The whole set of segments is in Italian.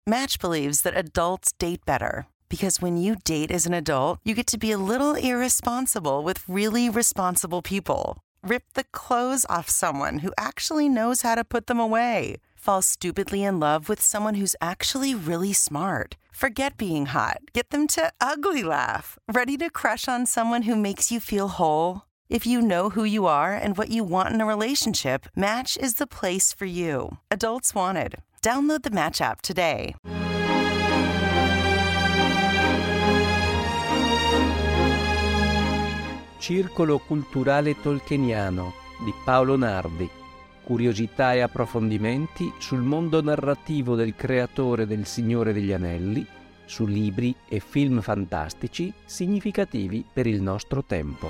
Match believes that adults date better because when you date as an adult, you get to be a little irresponsible with really responsible people. Rip the clothes off someone who actually knows how to put them away. Fall stupidly in love with someone who's actually really smart. Forget being hot. Get them to ugly laugh. Ready to crush on someone who makes you feel whole? If you know who you are and what you want in a relationship, Match is the place for you. Adults wanted. Download the Match app today. Circolo culturale tolkieniano di Paolo Nardi. Curiosità e approfondimenti sul mondo narrativo del creatore del Signore degli Anelli, su libri e film fantastici significativi per il nostro tempo.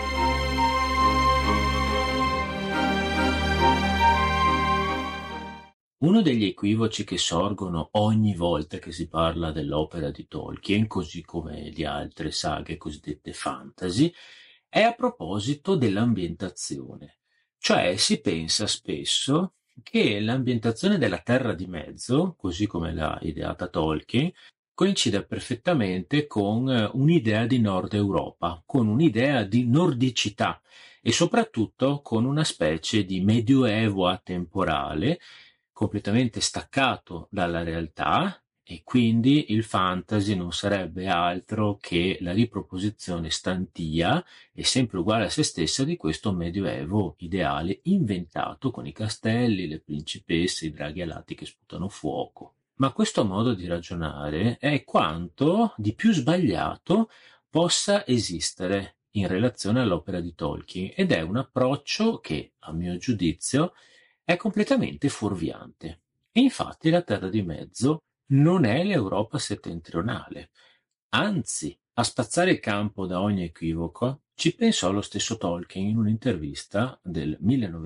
Uno degli equivoci che sorgono ogni volta che si parla dell'opera di Tolkien, così come di altre saghe cosiddette fantasy, è a proposito dell'ambientazione. Cioè si pensa spesso che l'ambientazione della Terra di Mezzo, così come l'ha ideata Tolkien, coincida perfettamente con un'idea di Nord Europa, con un'idea di nordicità e soprattutto con una specie di medioevo atemporale completamente staccato dalla realtà, e quindi il fantasy non sarebbe altro che la riproposizione stantia e sempre uguale a se stessa di questo medioevo ideale inventato con i castelli, le principesse, i draghi alati che sputano fuoco. Ma questo modo di ragionare è quanto di più sbagliato possa esistere in relazione all'opera di Tolkien, ed è un approccio che, a mio giudizio, è completamente fuorviante. E infatti la Terra di Mezzo non è l'Europa settentrionale. Anzi, a spazzare il campo da ogni equivoco, ci pensò lo stesso Tolkien in un'intervista del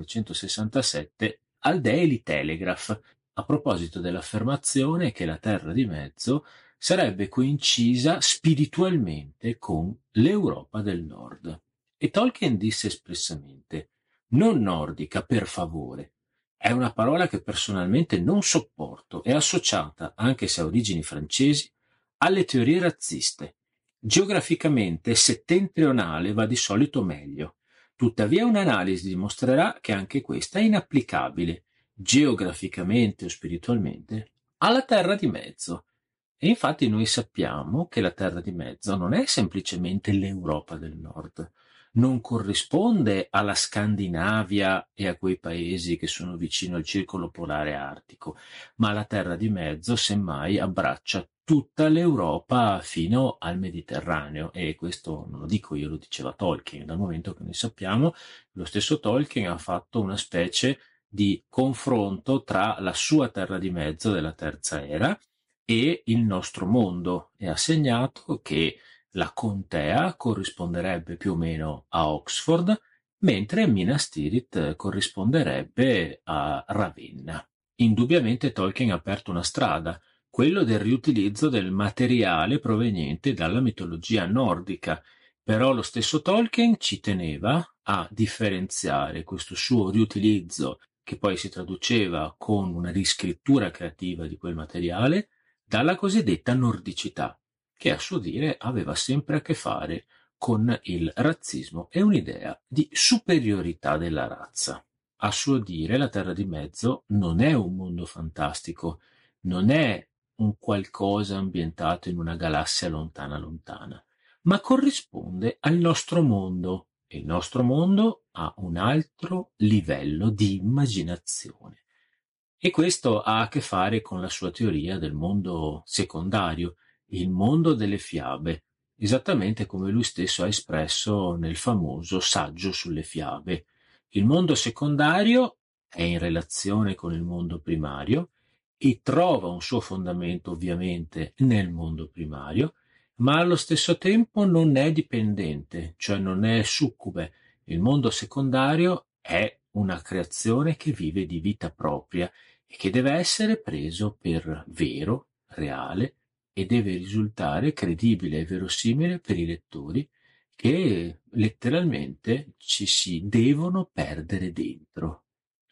1967 al Daily Telegraph, a proposito dell'affermazione che la Terra di Mezzo sarebbe coincisa spiritualmente con l'Europa del Nord. E Tolkien disse espressamente: non nordica, per favore. È una parola che personalmente non sopporto, è associata, anche se ha origini francesi, alle teorie razziste. Geograficamente settentrionale va di solito meglio. Tuttavia un'analisi dimostrerà che anche questa è inapplicabile, geograficamente o spiritualmente, alla Terra di Mezzo. E infatti noi sappiamo che la Terra di Mezzo non è semplicemente l'Europa del Nord, non corrisponde alla Scandinavia e a quei paesi che sono vicino al circolo polare artico, ma la Terra di Mezzo semmai abbraccia tutta l'Europa fino al Mediterraneo, e questo non lo dico io, lo diceva Tolkien, dal momento che noi sappiamo che lo stesso Tolkien ha fatto una specie di confronto tra la sua Terra di Mezzo della Terza Era e il nostro mondo, e ha segnato che la contea corrisponderebbe più o meno a Oxford, mentre Minas Tirith corrisponderebbe a Ravenna. Indubbiamente Tolkien ha aperto una strada, quello del riutilizzo del materiale proveniente dalla mitologia nordica, però lo stesso Tolkien ci teneva a differenziare questo suo riutilizzo, che poi si traduceva con una riscrittura creativa di quel materiale, dalla cosiddetta nordicità, che a suo dire aveva sempre a che fare con il razzismo e un'idea di superiorità della razza. A suo dire la Terra di Mezzo non è un mondo fantastico, non è un qualcosa ambientato in una galassia lontana lontana, ma corrisponde al nostro mondo, e il nostro mondo ha un altro livello di immaginazione. E questo ha a che fare con la sua teoria del mondo secondario, il mondo delle fiabe, esattamente come lui stesso ha espresso nel famoso saggio sulle fiabe. Il mondo secondario è in relazione con il mondo primario e trova un suo fondamento ovviamente nel mondo primario, ma allo stesso tempo non è dipendente, cioè non è succube. Il mondo secondario è una creazione che vive di vita propria e che deve essere preso per vero, reale, e deve risultare credibile e verosimile per i lettori, che letteralmente ci si devono perdere dentro.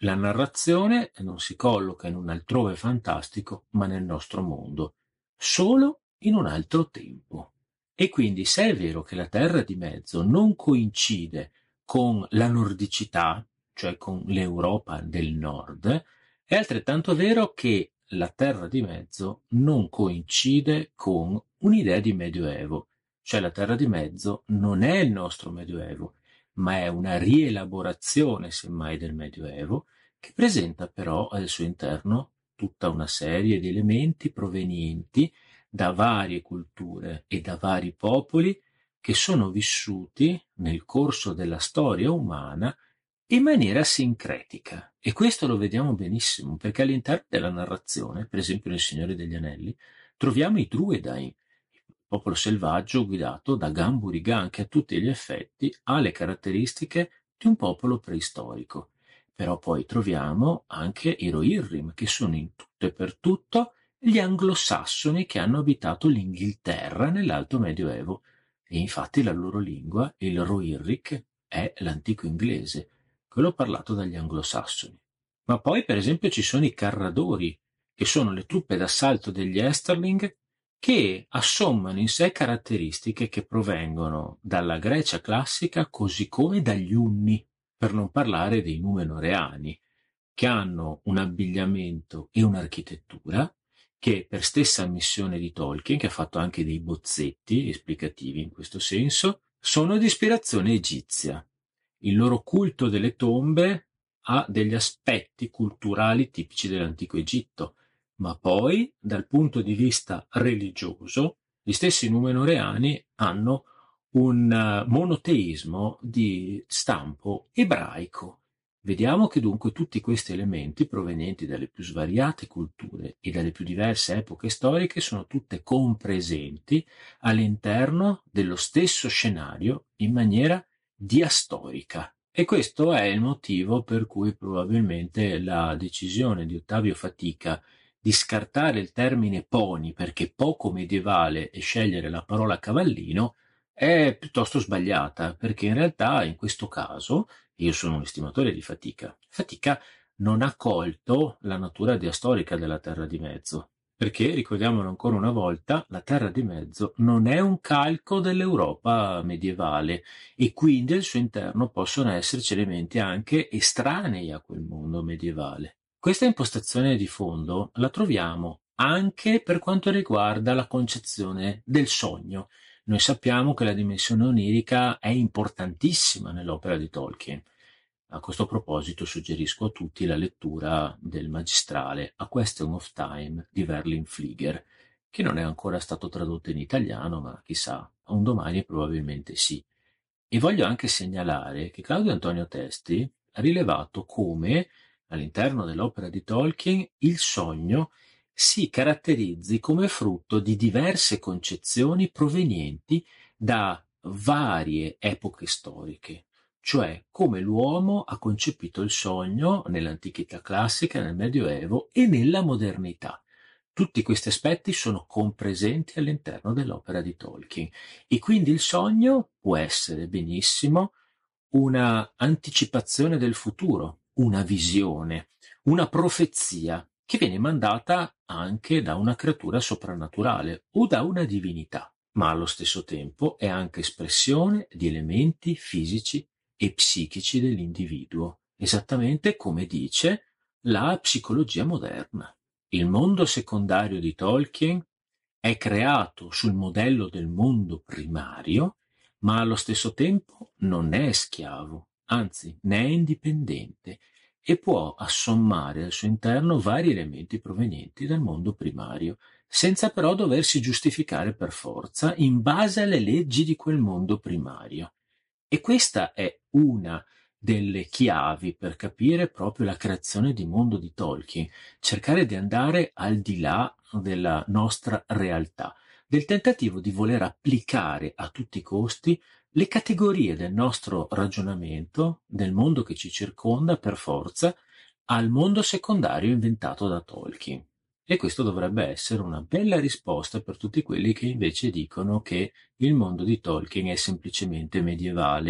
La narrazione non si colloca in un altrove fantastico, ma nel nostro mondo, solo in un altro tempo. E quindi se è vero che la Terra di Mezzo non coincide con la nordicità, cioè con l'Europa del Nord, è altrettanto vero che la Terra di Mezzo non coincide con un'idea di Medioevo, cioè la Terra di Mezzo non è il nostro Medioevo, ma è una rielaborazione semmai del Medioevo, che presenta però al suo interno tutta una serie di elementi provenienti da varie culture e da vari popoli che sono vissuti nel corso della storia umana in maniera sincretica. E questo lo vediamo benissimo, perché all'interno della narrazione, per esempio nel Signore degli Anelli, troviamo i Druedain, il popolo selvaggio guidato da Gamburigan, che a tutti gli effetti ha le caratteristiche di un popolo preistorico. Però poi troviamo anche i Rohirrim, che sono in tutto e per tutto gli anglosassoni che hanno abitato l'Inghilterra nell'Alto Medioevo. E infatti la loro lingua, il Rohirric, è l'antico inglese, quello parlato dagli anglosassoni. Ma poi, per esempio, ci sono i Carradori, che sono le truppe d'assalto degli Esterling, che assommano in sé caratteristiche che provengono dalla Grecia classica così come dagli Unni, per non parlare dei Numenoreani, che hanno un abbigliamento e un'architettura che, per stessa ammissione di Tolkien, che ha fatto anche dei bozzetti esplicativi in questo senso, sono di ispirazione egizia. Il loro culto delle tombe ha degli aspetti culturali tipici dell'antico Egitto, ma poi, dal punto di vista religioso, gli stessi Numenoreani hanno un monoteismo di stampo ebraico. Vediamo che dunque tutti questi elementi provenienti dalle più svariate culture e dalle più diverse epoche storiche sono tutte compresenti all'interno dello stesso scenario in maniera diastorica. E questo è il motivo per cui probabilmente la decisione di Ottavio Fatica di scartare il termine pony perché poco medievale e scegliere la parola cavallino è piuttosto sbagliata, perché in realtà in questo caso, io sono un estimatore di Fatica, Fatica non ha colto la natura diastorica della Terra di Mezzo, perché, ricordiamolo ancora una volta, la Terra di Mezzo non è un calco dell'Europa medievale e quindi al suo interno possono esserci elementi anche estranei a quel mondo medievale. Questa impostazione di fondo la troviamo anche per quanto riguarda la concezione del sogno. Noi sappiamo che la dimensione onirica è importantissima nell'opera di Tolkien. A questo proposito suggerisco a tutti la lettura del magistrale A Question of Time di Verlin Flieger, che non è ancora stato tradotto in italiano, ma chissà, un domani probabilmente sì. E voglio anche segnalare che Claudio Antonio Testi ha rilevato come, all'interno dell'opera di Tolkien, il sogno si caratterizzi come frutto di diverse concezioni provenienti da varie epoche storiche, cioè come l'uomo ha concepito il sogno nell'antichità classica, nel Medioevo e nella modernità. Tutti questi aspetti sono compresenti all'interno dell'opera di Tolkien e quindi il sogno può essere benissimo una anticipazione del futuro, una visione, una profezia che viene mandata anche da una creatura soprannaturale o da una divinità, ma allo stesso tempo è anche espressione di elementi fisici e psichici dell'individuo, esattamente come dice la psicologia moderna. Il mondo secondario di Tolkien è creato sul modello del mondo primario, ma allo stesso tempo non è schiavo, anzi ne è indipendente e può assommare al suo interno vari elementi provenienti dal mondo primario, senza però doversi giustificare per forza in base alle leggi di quel mondo primario. E questa è una delle chiavi per capire proprio la creazione di mondo di Tolkien, cercare di andare al di là della nostra realtà, del tentativo di voler applicare a tutti i costi le categorie del nostro ragionamento, del mondo che ci circonda per forza, al mondo secondario inventato da Tolkien. E questo dovrebbe essere una bella risposta per tutti quelli che invece dicono che il mondo di Tolkien è semplicemente medievale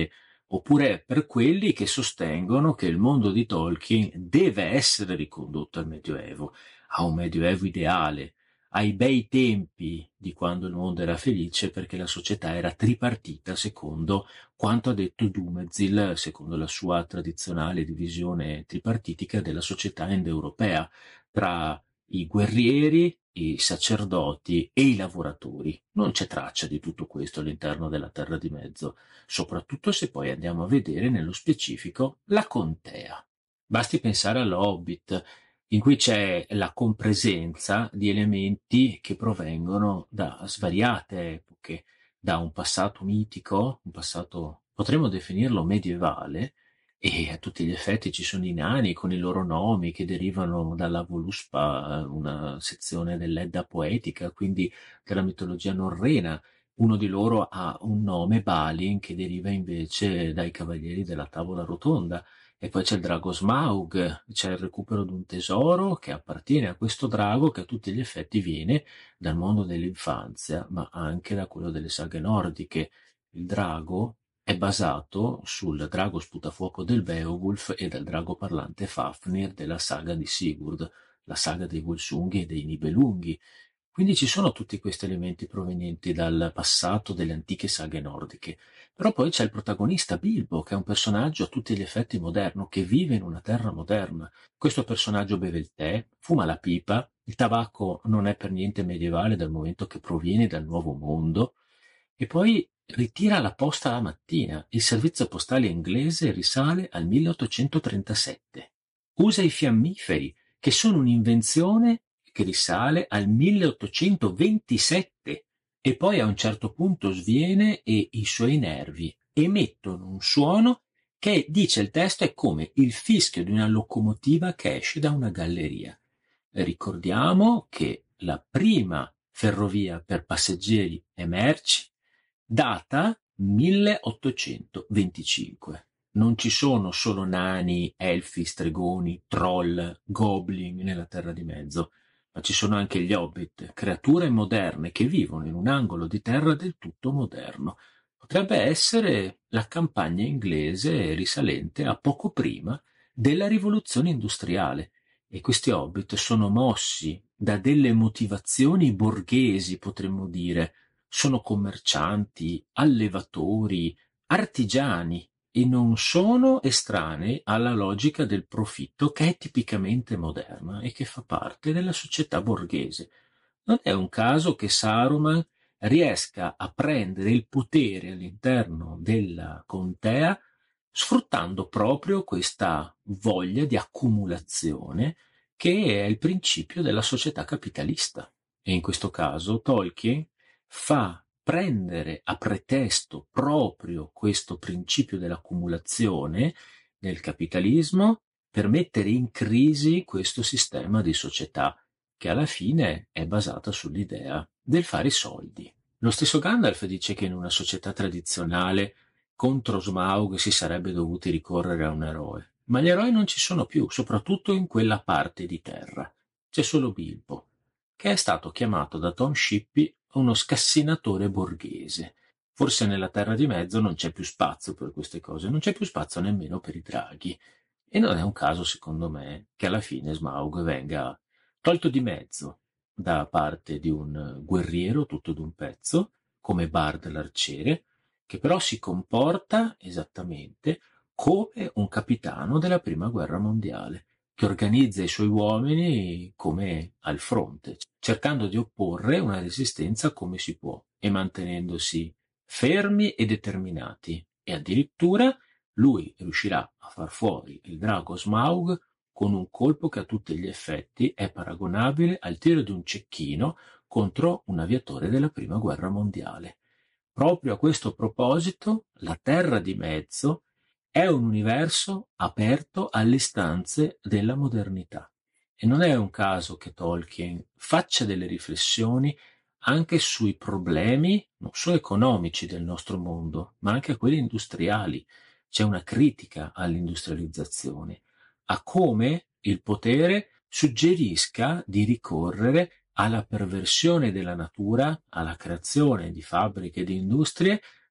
oppure per quelli che sostengono che il mondo di Tolkien deve essere ricondotto al Medioevo, a un Medioevo ideale, ai bei tempi di quando il mondo era felice perché la società era tripartita secondo quanto ha detto Dumezil, secondo la sua tradizionale divisione tripartitica della società indoeuropea, tra i guerrieri, i sacerdoti e i lavoratori. Non c'è traccia di tutto questo all'interno della Terra di Mezzo, soprattutto se poi andiamo a vedere nello specifico la contea. Basti pensare all'Hobbit, in cui c'è la compresenza di elementi che provengono da svariate epoche, da un passato mitico, un passato potremmo definirlo medievale, e a tutti gli effetti ci sono i nani con i loro nomi che derivano dalla Voluspa, una sezione dell'Edda poetica, quindi della mitologia norrena. Uno di loro ha un nome, Balin, che deriva invece dai Cavalieri della Tavola Rotonda. E poi c'è il drago Smaug, c'è il recupero di un tesoro che appartiene a questo drago che a tutti gli effetti viene dal mondo dell'infanzia, ma anche da quello delle saghe nordiche. Il drago è basato sul drago sputafuoco del Beowulf e dal drago parlante Fafnir della saga di Sigurd, la saga dei Volsunghi e dei Nibelunghi. Quindi ci sono tutti questi elementi provenienti dal passato delle antiche saghe nordiche. Però poi c'è il protagonista Bilbo, che è un personaggio a tutti gli effetti moderno, che vive in una terra moderna. Questo personaggio beve il tè, fuma la pipa, il tabacco non è per niente medievale dal momento che proviene dal Nuovo Mondo, e poi ritira la posta la mattina. Il servizio postale inglese risale al 1837. Usa i fiammiferi, che sono un'invenzione che risale al 1827, e poi a un certo punto sviene e i suoi nervi emettono un suono che, dice il testo, è come il fischio di una locomotiva che esce da una galleria. Ricordiamo che la prima ferrovia per passeggeri e merci data 1825. Non ci sono solo nani, elfi, stregoni, troll, goblin nella Terra di Mezzo, ma ci sono anche gli hobbit, creature moderne che vivono in un angolo di terra del tutto moderno. Potrebbe essere la campagna inglese risalente a poco prima della rivoluzione industriale, e questi hobbit sono mossi da delle motivazioni borghesi, potremmo dire. Sono commercianti, allevatori, artigiani, e non sono estranei alla logica del profitto che è tipicamente moderna e che fa parte della società borghese. Non è un caso che Saruman riesca a prendere il potere all'interno della contea sfruttando proprio questa voglia di accumulazione che è il principio della società capitalista. E in questo caso Tolkien fa prendere a pretesto proprio questo principio dell'accumulazione nel capitalismo per mettere in crisi questo sistema di società che alla fine è basata sull'idea del fare i soldi. Lo stesso Gandalf dice che in una società tradizionale contro Smaug si sarebbe dovuti ricorrere a un eroe, ma gli eroi non ci sono più, soprattutto in quella parte di terra. C'è solo Bilbo, che è stato chiamato da Tom Shippey uno scassinatore borghese. Forse nella Terra di Mezzo non c'è più spazio per queste cose, non c'è più spazio nemmeno per i draghi. E non è un caso, secondo me, che alla fine Smaug venga tolto di mezzo da parte di un guerriero tutto d'un pezzo, come Bard l'arciere, che però si comporta esattamente come un capitano della Prima Guerra Mondiale, che organizza i suoi uomini come al fronte, cercando di opporre una resistenza come si può e mantenendosi fermi e determinati. E addirittura lui riuscirà a far fuori il drago Smaug con un colpo che a tutti gli effetti è paragonabile al tiro di un cecchino contro un aviatore della Prima Guerra Mondiale. Proprio a questo proposito, la Terra di Mezzo è un universo aperto alle istanze della modernità. E non è un caso che Tolkien faccia delle riflessioni anche sui problemi non solo economici del nostro mondo, ma anche a quelli industriali. C'è una critica all'industrializzazione, a come il potere suggerisca di ricorrere alla perversione della natura, alla creazione di fabbriche e di industrie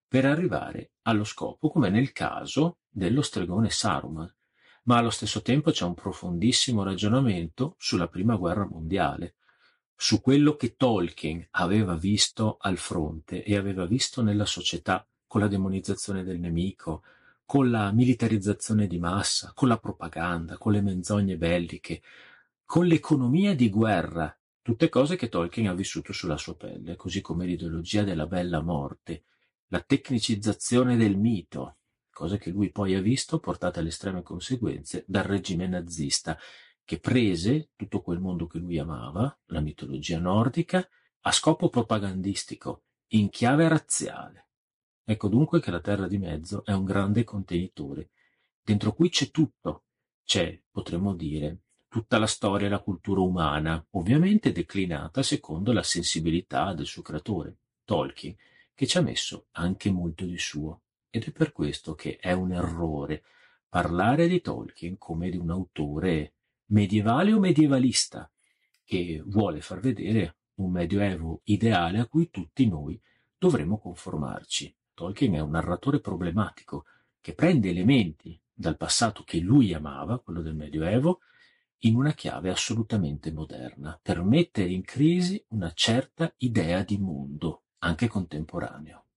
per arrivare allo scopo, come nel caso dello stregone Saruman. Ma allo stesso tempo c'è un profondissimo ragionamento sulla prima guerra mondiale, su quello che Tolkien aveva visto al fronte e aveva visto nella società, con la demonizzazione del nemico, con la militarizzazione di massa, con la propaganda, con le menzogne belliche, con l'economia di guerra, tutte cose che Tolkien ha vissuto sulla sua pelle, così come l'ideologia della bella morte, la tecnicizzazione del mito, cose che lui poi ha visto portate alle estreme conseguenze dal regime nazista, che prese tutto quel mondo che lui amava, la mitologia nordica, a scopo propagandistico, in chiave razziale. Ecco dunque che la Terra di Mezzo è un grande contenitore, dentro cui c'è tutto. C'è, potremmo dire, tutta la storia e la cultura umana, ovviamente declinata secondo la sensibilità del suo creatore, Tolkien, che ci ha messo anche molto di suo. Ed è per questo che è un errore parlare di Tolkien come di un autore medievale o medievalista, che vuole far vedere un medioevo ideale a cui tutti noi dovremmo conformarci. Tolkien è un narratore problematico che prende elementi dal passato che lui amava, quello del medioevo, in una chiave assolutamente moderna, per mettere in crisi una certa idea di mondo, anche contemporaneo.